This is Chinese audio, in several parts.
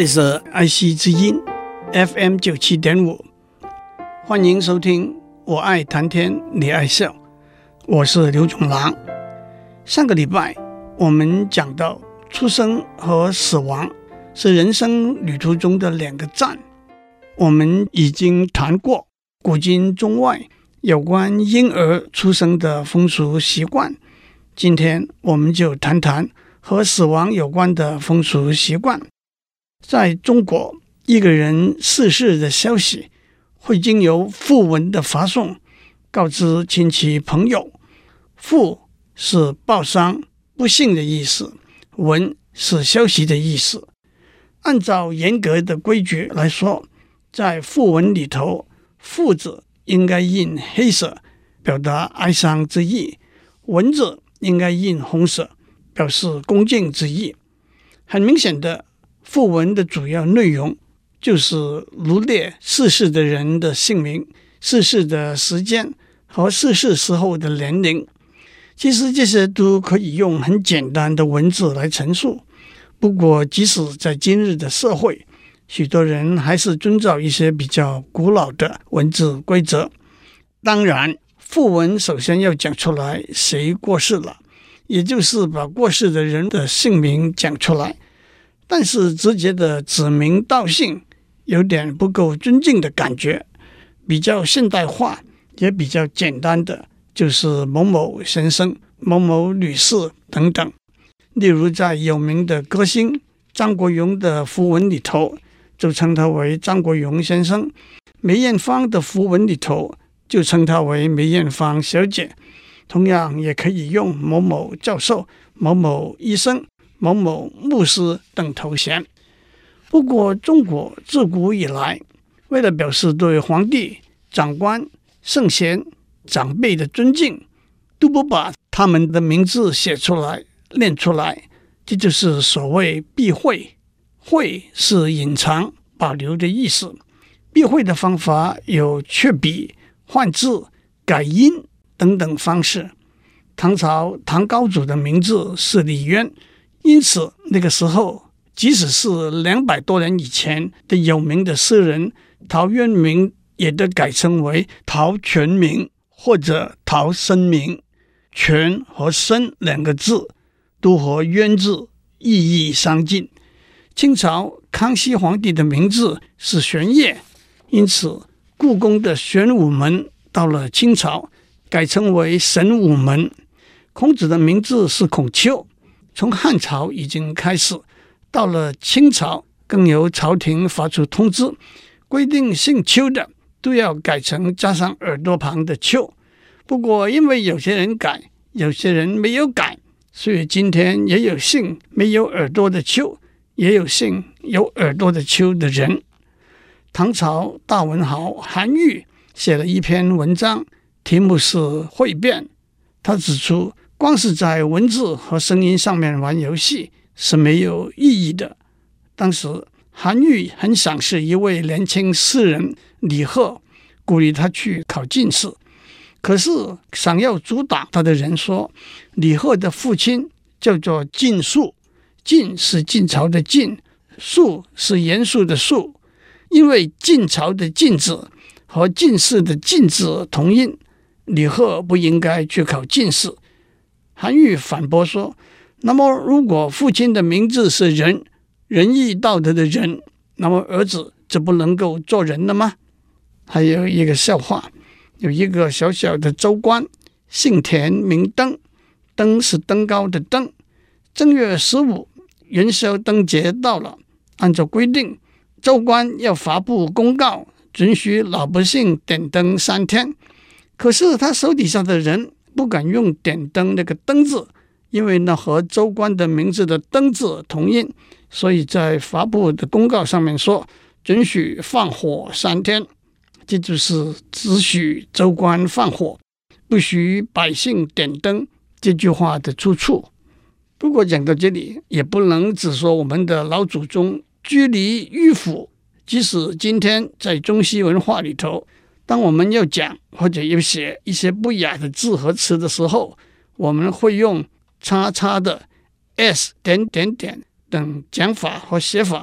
里是爱惜之音 FM 97.5，欢迎收听我爱谈天你爱笑，我是刘总郎。上个礼拜我们讲到出生和死亡是人生旅途中的两个站，我们已经谈过古今中外有关婴儿出生的风俗习惯，今天我们就谈谈和死亡有关的风俗习惯。在中国，一个人逝世的消息会经由讣文的发送告知亲戚朋友。讣是报丧不幸的意思，文是消息的意思。按照严格的规矩来说，在讣文里头，讣字应该印黑色，表达哀伤之意；文字应该印红色，表示恭敬之意。很明显的，讣文的主要内容就是罗列逝世的人的姓名、逝世的时间和逝世时候的年龄。其实这些都可以用很简单的文字来陈述，不过即使在今日的社会，许多人还是遵照一些比较古老的文字规则。当然，讣文首先要讲出来谁过世了，也就是把过世的人的姓名讲出来。但是直接的指名道姓有点不够尊敬的感觉，比较现代化也比较简单的就是某某先生、某某女士等等。例如在有名的歌星张国荣的讣文里头就称他为张国荣先生，梅艳芳的讣文里头就称他为梅艳芳小姐。同样也可以用某某教授、某某医生、某某牧师等头衔。不过中国自古以来，为了表示对皇帝、长官、圣贤、长辈的尊敬，都不把他们的名字写出来、念出来，这就是所谓避讳。讳是隐藏、保留的意思。避讳的方法有却笔、换字、改音等等方式。唐朝唐高祖的名字是李渊，因此那个时候即使是200多年以前的有名的诗人陶渊明也得改称为陶全明或者陶生明。全和生两个字都和渊字意义相近。清朝康熙皇帝的名字是玄烨，因此故宫的玄武门到了清朝改称为神武门。孔子的名字是孔丘，从汉朝已经开始，到了清朝更由朝廷发出通知，规定姓丘的都要改成加上耳朵旁的丘。不过因为有些人改，有些人没有改，所以今天也有姓没有耳朵的丘，也有姓有耳朵的丘的人。唐朝大文豪韩愈写了一篇文章，题目是《汇变》。他指出，光是在文字和声音上面玩游戏是没有意义的。当时韩愈很赏识一位年轻诗人李贺，鼓励他去考进士。可是想要阻挡他的人说，李贺的父亲叫做晋肃，晋是晋朝的晋，肃是严肃的肃，因为晋朝的晋字和进士的进字同音，李贺不应该去考进士。韩愈反驳说，那么如果父亲的名字是仁，仁义道德的仁，那么儿子就不能够做人了吗？还有一个笑话，有一个小小的州官，姓田名登，登是登高的登。正月15元宵灯节到了，按照规定，州官要发布公告，准许老百姓点灯3天。可是他手底下的人不敢用点灯那个灯字，因为那和州官的名字的灯字同音，所以在发布的公告上面说准许放火3天。这就是只许州官放火，不许百姓点灯这句话的出处。不过讲到这里，也不能只说我们的老祖宗拘泥迂腐，即使今天在中西文化里头，当我们要讲或者要写一些不雅的字和词的时候，我们会用叉叉的 s 点点点等讲法和写法，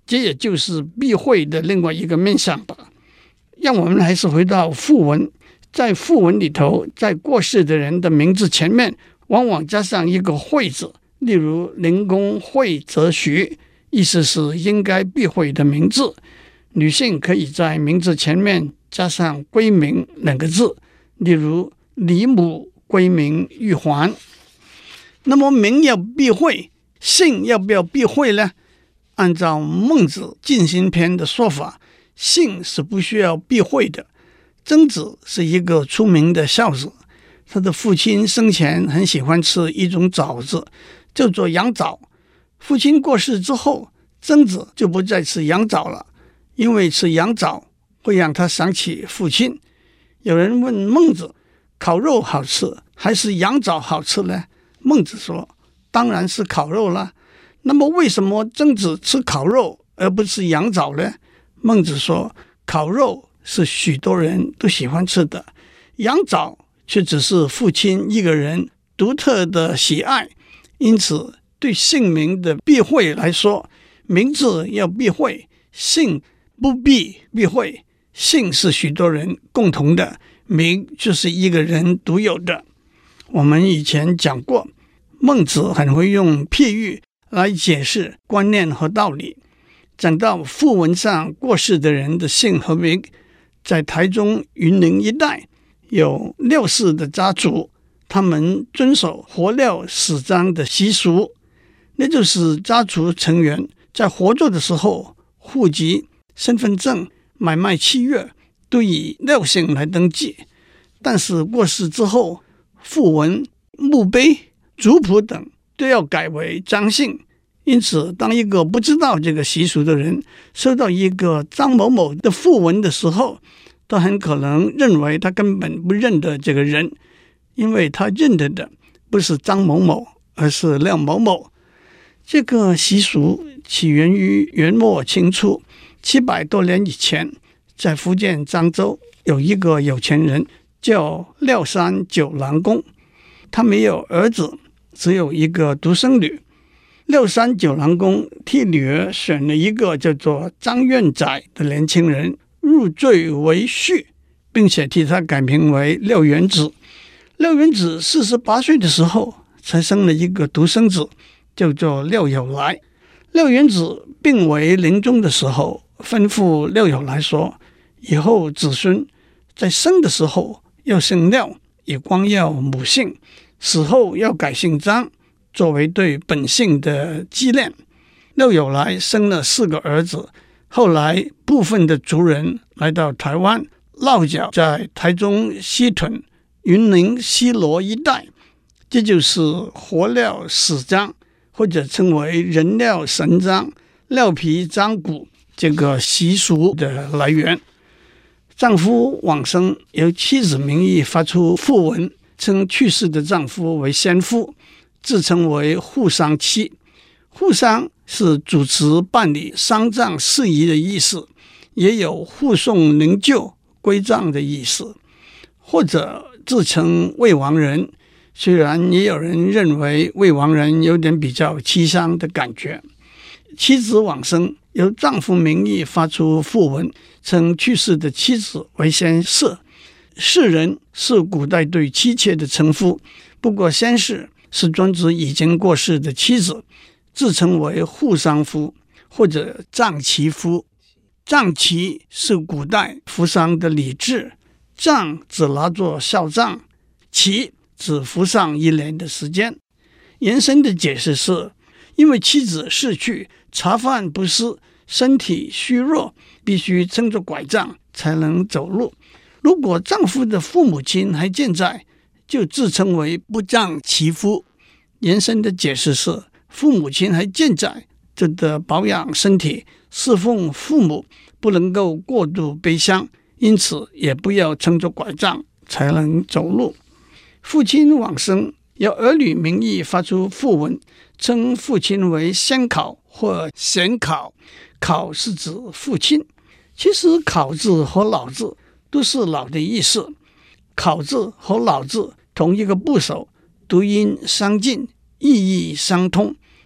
这也就是避讳的另外一个面向吧。让我们还是回到讣文，在讣文里头，在过世的人的名字前面往往加上一个讳字，例如临公讳则徐，意思是应该避讳的名字。女性可以在名字前面加上闺名两个字，例如李母闺名玉环。那么名要避讳，姓要不要避讳呢？按照孟子尽心篇的说法，姓是不需要避讳的。曾子是一个出名的孝子，他的父亲生前很喜欢吃一种枣子，叫做羊枣。父亲过世之后，曾子就不再吃羊枣了，因为吃羊枣会让他想起父亲。有人问孟子，烤肉好吃还是羊枣好吃呢？孟子说，当然是烤肉了。那么为什么曾子吃烤肉而不吃羊枣呢？孟子说，烤肉是许多人都喜欢吃的，羊枣却只是父亲一个人独特的喜爱。因此对姓名的避讳来说，名字要避讳，姓不必避讳。姓是许多人共同的，名就是一个人独有的。我们以前讲过，孟子很会用譬喻来解释观念和道理。讲到讣文上过世的人的姓和名，在台中云林一带有廖氏的家族，他们遵守活廖死章的习俗，那就是家族成员在活着的时候，户籍、身份证、买卖契约都以廖姓来登记，但是过世之后，讣文、墓碑、族谱等都要改为张姓。因此当一个不知道这个习俗的人收到一个张某某的讣文的时候，他很可能认为他根本不认得这个人，因为他认得的不是张某某，而是廖某某。这个习俗起源于元末清初700多年以前，在福建漳州有一个有钱人叫廖山九郎公，他没有儿子，只有一个独生女。廖山九郎公替女儿选了一个叫做张愿载的年轻人入赘为婿，并且替他改名为廖元子。廖元子48岁的时候才生了一个独生子，叫做廖有来。廖元子病危临终的时候，吩咐廖有来说，以后子孙在生的时候要姓廖，以光耀母姓，死后要改姓张，作为对本姓的纪念。廖有来生了4个儿子，后来部分的族人来到台湾，落脚在台中西屯、云林西螺一带，这就是活廖死章，或者称为人廖神章、廖皮章骨这个习俗的来源。丈夫往生，由妻子名义发出讣文，称去世的丈夫为先夫，自称为护丧妻。护丧是主持办理丧葬事宜的意思，也有护送灵柩归葬的意思。或者自称未亡人，虽然也有人认为未亡人有点比较凄伤的感觉。妻子往生，由丈夫名义发出讣文，称去世的妻子为先世。世人是古代对妻妾的称呼，不过先世是专指已经过世的妻子，自称为护丧夫或者葬其夫。葬其是古代服丧的礼制，葬只拿作孝葬，其只服丧1年的时间。延伸的解释是，因为妻子逝去，茶饭不思，身体虚弱，必须撑着拐杖才能走路。如果丈夫的父母亲还健在，就自称为不葬其夫。延伸的解释是，父母亲还健在，就得保养身体，侍奉父母，不能够过度悲伤，因此也不要撑着拐杖才能走路。父亲往生，由儿女名义发出讣文，称父亲为先考或贤考。考是指父亲，其实考字和老字都是老的意思。考字和老字同一个部首，读音相近，意义相通，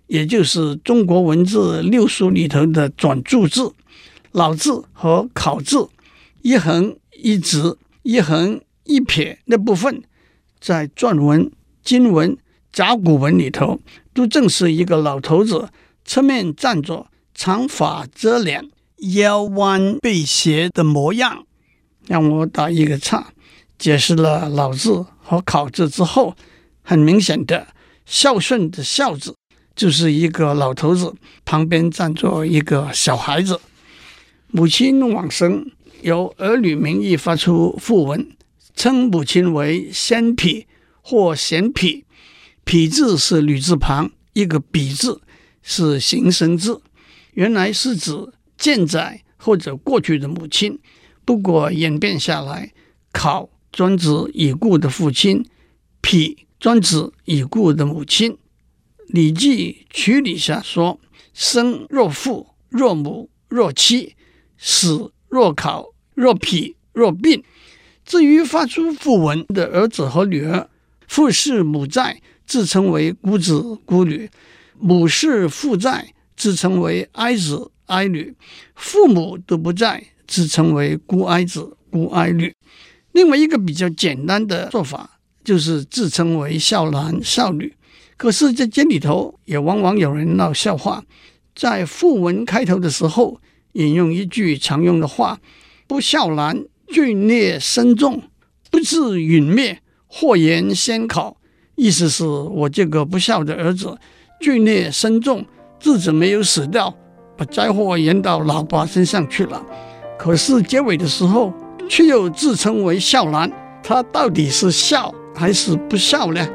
也就是中国文字六书里头的转注字、老字和考字，一横一直、一横一撇的部分，在篆文、金文、甲骨文里头，都正是一个老头子侧面站着，长发遮脸，腰弯背斜的模样。让我打一个岔，解释了老字和考字之后，很明显的孝顺的孝字就是一个老头子旁边站着一个小孩子。母亲往生，由儿女名义发出讣文，称母亲为先妣或贤妣。妣字是女字旁，一个比字是形声字，原来是指健在或者过去的母亲，不过演变下来，考专指已故的父亲，妣专指已故的母亲。《礼记·曲礼》下说：生若父，若母，若妻；死若考，若妣，若病。至于发出讣文的儿子和女儿，父是母在，自称为孤子孤女；母是父在，自称为哀子哀女；父母都不在，自称为孤哀子孤哀女。另外一个比较简单的做法，就是自称为少男少女。可是在这里头也往往有人闹笑话，在讣文开头的时候引用一句常用的话：不孝男，罪孽深重，不至殒灭，祸延先考。意思是我这个不孝的儿子罪孽深重，自己没有死掉，把灾祸延到老爸身上去了。可是结尾的时候却又自称为孝男，他到底是孝还是不孝呢？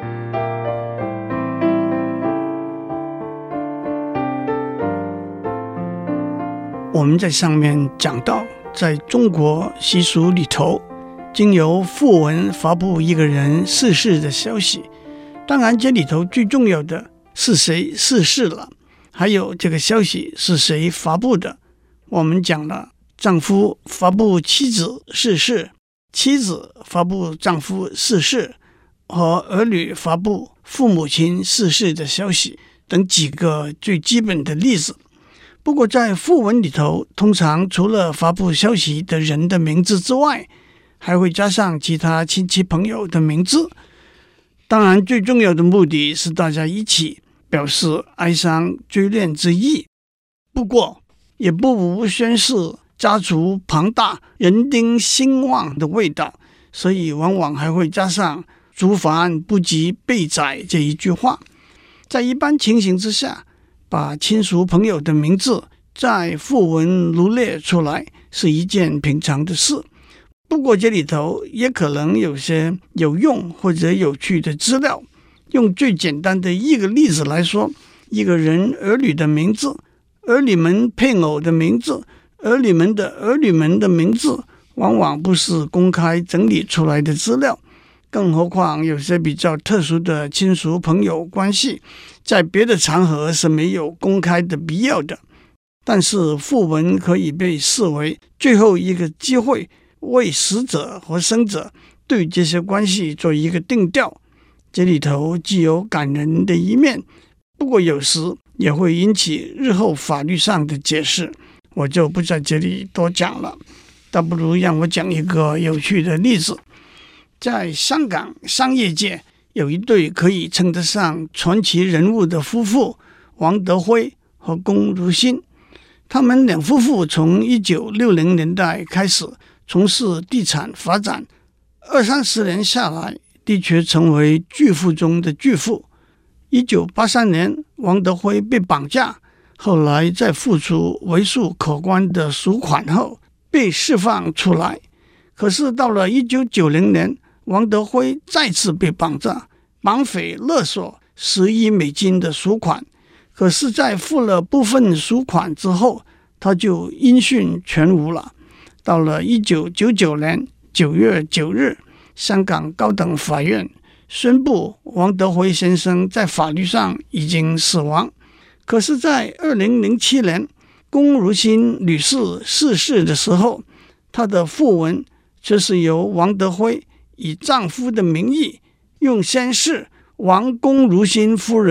我们在上面讲到，在中国习俗里头，经由讣文发布一个人逝世的消息。当然这里头最重要的是谁逝世了，还有这个消息是谁发布的。我们讲了，丈夫发布妻子逝世，妻子发布丈夫逝世，和儿女发布父母亲逝世的消息等几个最基本的例子。不过在讣文里头，通常除了发布消息的人的名字之外，还会加上其他亲戚朋友的名字。当然最重要的目的是大家一起表示哀伤追念之意，不过也不无宣示家族庞大人丁兴旺的味道，所以往往还会加上族繁不及备载这一句话。在一般情形之下，把亲属朋友的名字在讣文罗列出来是一件平常的事。不过这里头也可能有些有用或者有趣的资料。用最简单的一个例子来说，一个人儿女的名字、儿女们配偶的名字、儿女们的儿女们的名字，往往不是公开整理出来的资料。更何况有些比较特殊的亲属朋友关系，在别的场合是没有公开的必要的。但是讣文可以被视为最后一个机会，为死者和生者对这些关系做一个定调。这里头既有感人的一面，不过有时也会引起日后法律上的解释，我就不在这里多讲了。倒不如让我讲一个有趣的例子。在香港商业界有一对可以称得上传奇人物的夫妇，王德辉和龚如心。他们两夫妇从1960年代开始从事地产发展，20-30年下来，的确成为巨富中的巨富。1983年，王德辉被绑架，后来在付出为数可观的赎款后被释放出来。可是到了1990年，王德辉再次被绑架，绑匪勒索10亿美金的赎款。可是在付了部分赎款之后，他就音讯全无了。到了1999年9月9日，香港高等法院宣布王德辉先生在法律上已经死亡。可是在2007年龚如心女士逝世的时候，她的讣文却是由王德辉以丈夫的名义，用先世王龚如心夫人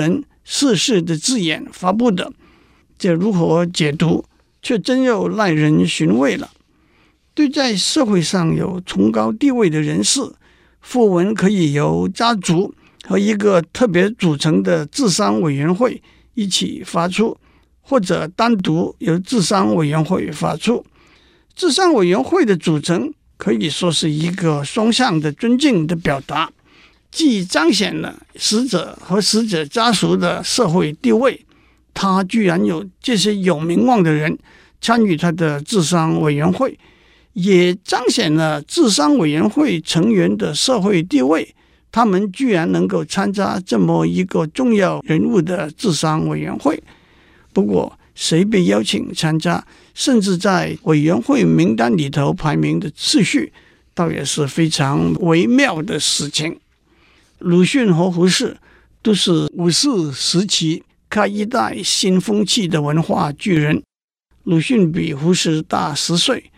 逝世的字眼发布的，这如何解读，却真又耐人寻味了。对在社会上有崇高地位的人士，讣文可以由家族和一个特别组成的治丧委员会一起发出，或者单独由治丧委员会发出。治丧委员会的组成可以说是一个双向的尊敬的表达，既彰显了死者和死者家属的社会地位，他居然有这些有名望的人参与他的治丧委员会，也彰显了治丧委员会成员的社会地位，他们居然能够参加这么一个重要人物的治丧委员会。不过谁被邀请参加，甚至在委员会名单里头排名的次序，倒也是非常微妙的事情。鲁迅和胡适都是54时期开一代新风气的文化巨人。鲁迅比胡适大10岁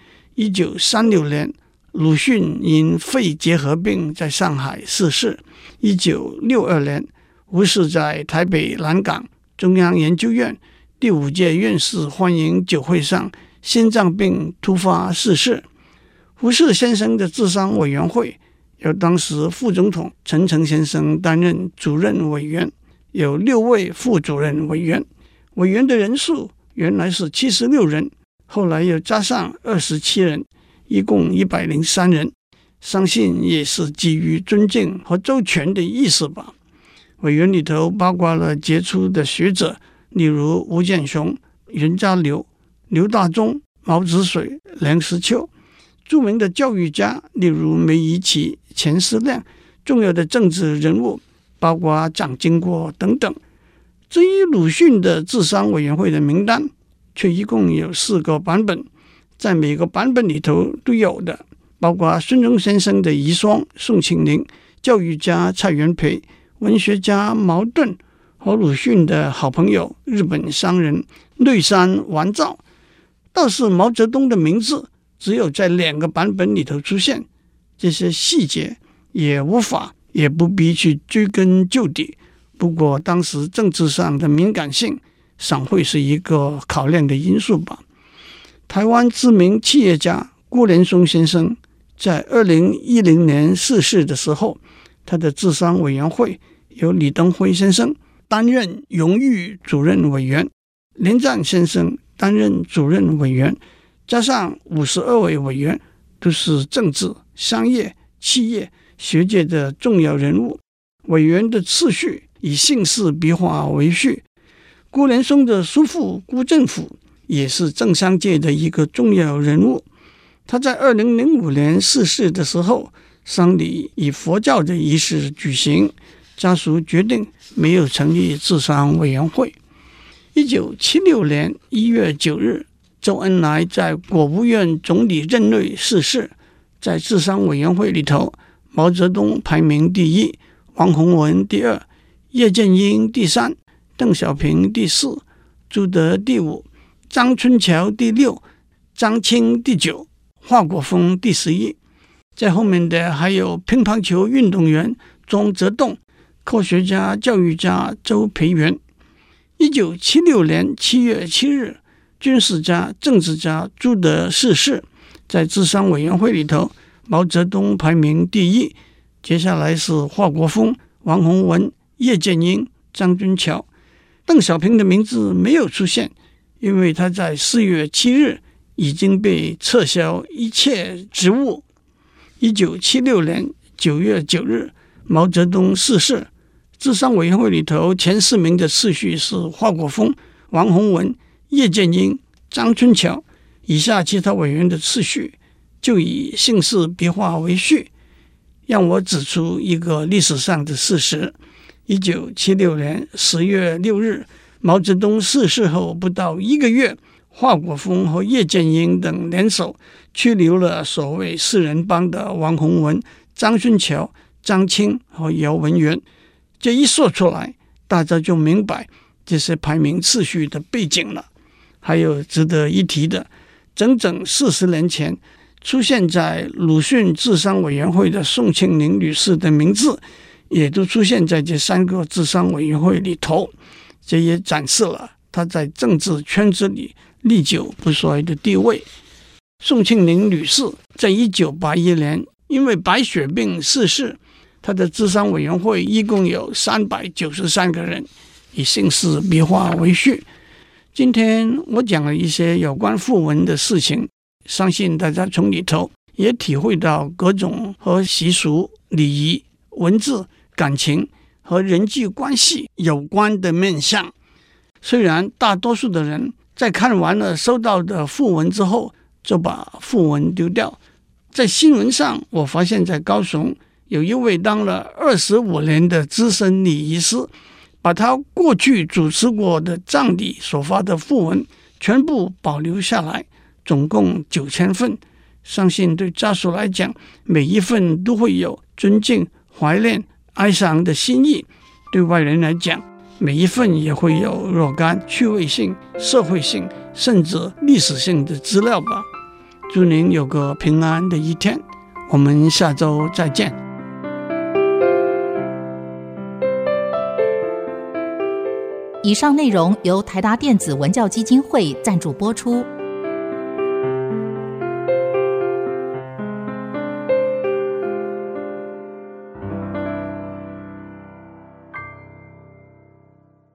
，1936年鲁迅因肺结核病在上海逝世。1962年胡适在台北南港中央研究院第5届院士欢迎酒会上心脏病突发逝世。胡适先生的治丧委员会由当时副总统陈诚先生担任主任委员，有6位副主任委员，委员的人数原来是76人，后来又加上27人，一共103人。相信也是基于尊敬和周全的意思吧。委员里头包括了杰出的学者，例如吴健雄、袁家騮、刘大中、毛子水、梁实秋；著名的教育家，例如梅贻琦、钱思亮；重要的政治人物，包括蒋经国等等。至于鲁迅的治丧委员会的名单，却一共有4个版本，在每个版本里头都有的，包括孙中先生的遗孀宋庆龄、教育家蔡元培、文学家茅盾和鲁迅的好朋友日本商人内山完造。倒是毛泽东的名字只有在2个版本里头出现，这些细节也无法也不必去追根究底。不过当时政治上的敏感性尚会是一个考量的因素吧。台湾知名企业家辜连松先生在2010年逝世的时候，他的治丧委员会由李登辉先生担任荣誉主任委员，连战先生担任主任委员，加上52位委员都是政治、商业、企业、学界的重要人物。委员的次序以姓氏笔画为序。辜连松的叔父辜振甫也是政商界的一个重要人物。他在2005年逝世的时候，丧礼以佛教的仪式举行，家属决定没有成立治丧委员会。1976年1月9日，周恩来在国务院总理任内逝世。在治丧委员会里头，毛泽东排名第1，王洪文第2，叶剑英第3，邓小平第4，朱德第5，张春桥第6，张青第9，华国锋第11。在后面的还有乒乓球运动员庄则栋、科学家、教育家周培源。1976年7月7日，军事家、政治家朱德逝世。在治丧委员会里头，毛泽东排名第1，接下来是华国锋、王洪文、叶剑英、张春桥。邓小平的名字没有出现，因为他在4月7日已经被撤销一切职务。1976年9月9日，毛泽东逝世。治丧委员会里头前4名的次序是华国锋、王洪文、叶剑英、张春桥，以下其他委员的次序就以姓氏笔画为序。让我指出一个历史上的事实：1976年10月6日，毛泽东逝世后不到1个月，华国锋和叶剑英等联手拘留了所谓4人帮的王洪文、张春桥、张青和姚文元。这一说出来，大家就明白这些排名次序的背景了。还有值得一提的，整整40年前出现在鲁迅治丧委员会的宋庆龄女士的名字， 也都出现在这3个治丧委员会里头，这也展示了他在政治圈子里历久不衰的地位。宋庆龄女士在1981年因为白血病逝世，她的治丧委员会一共有393个人，以姓氏笔画为序。今天我讲了一些有关讣文的事情，相信大家从里头也体会到各种和习俗、礼仪、文字、感情和人际关系有关的面向。虽然大多数的人在看完了收到的讣文之后就把讣文丢掉，在新闻上我发现在高雄有一位当了25年的资深礼仪师，把他过去主持过的葬礼所发的讣文全部保留下来，总共9000份。相信对家属来讲，每一份都会有尊敬、怀念、哀伤的心意；对外人来讲，每一份也会有若干趣味性、社会性甚至历史性的资料吧。祝您有个平安的一天，我们下周再见。 以上内容由台达电子文教基金会赞助播出。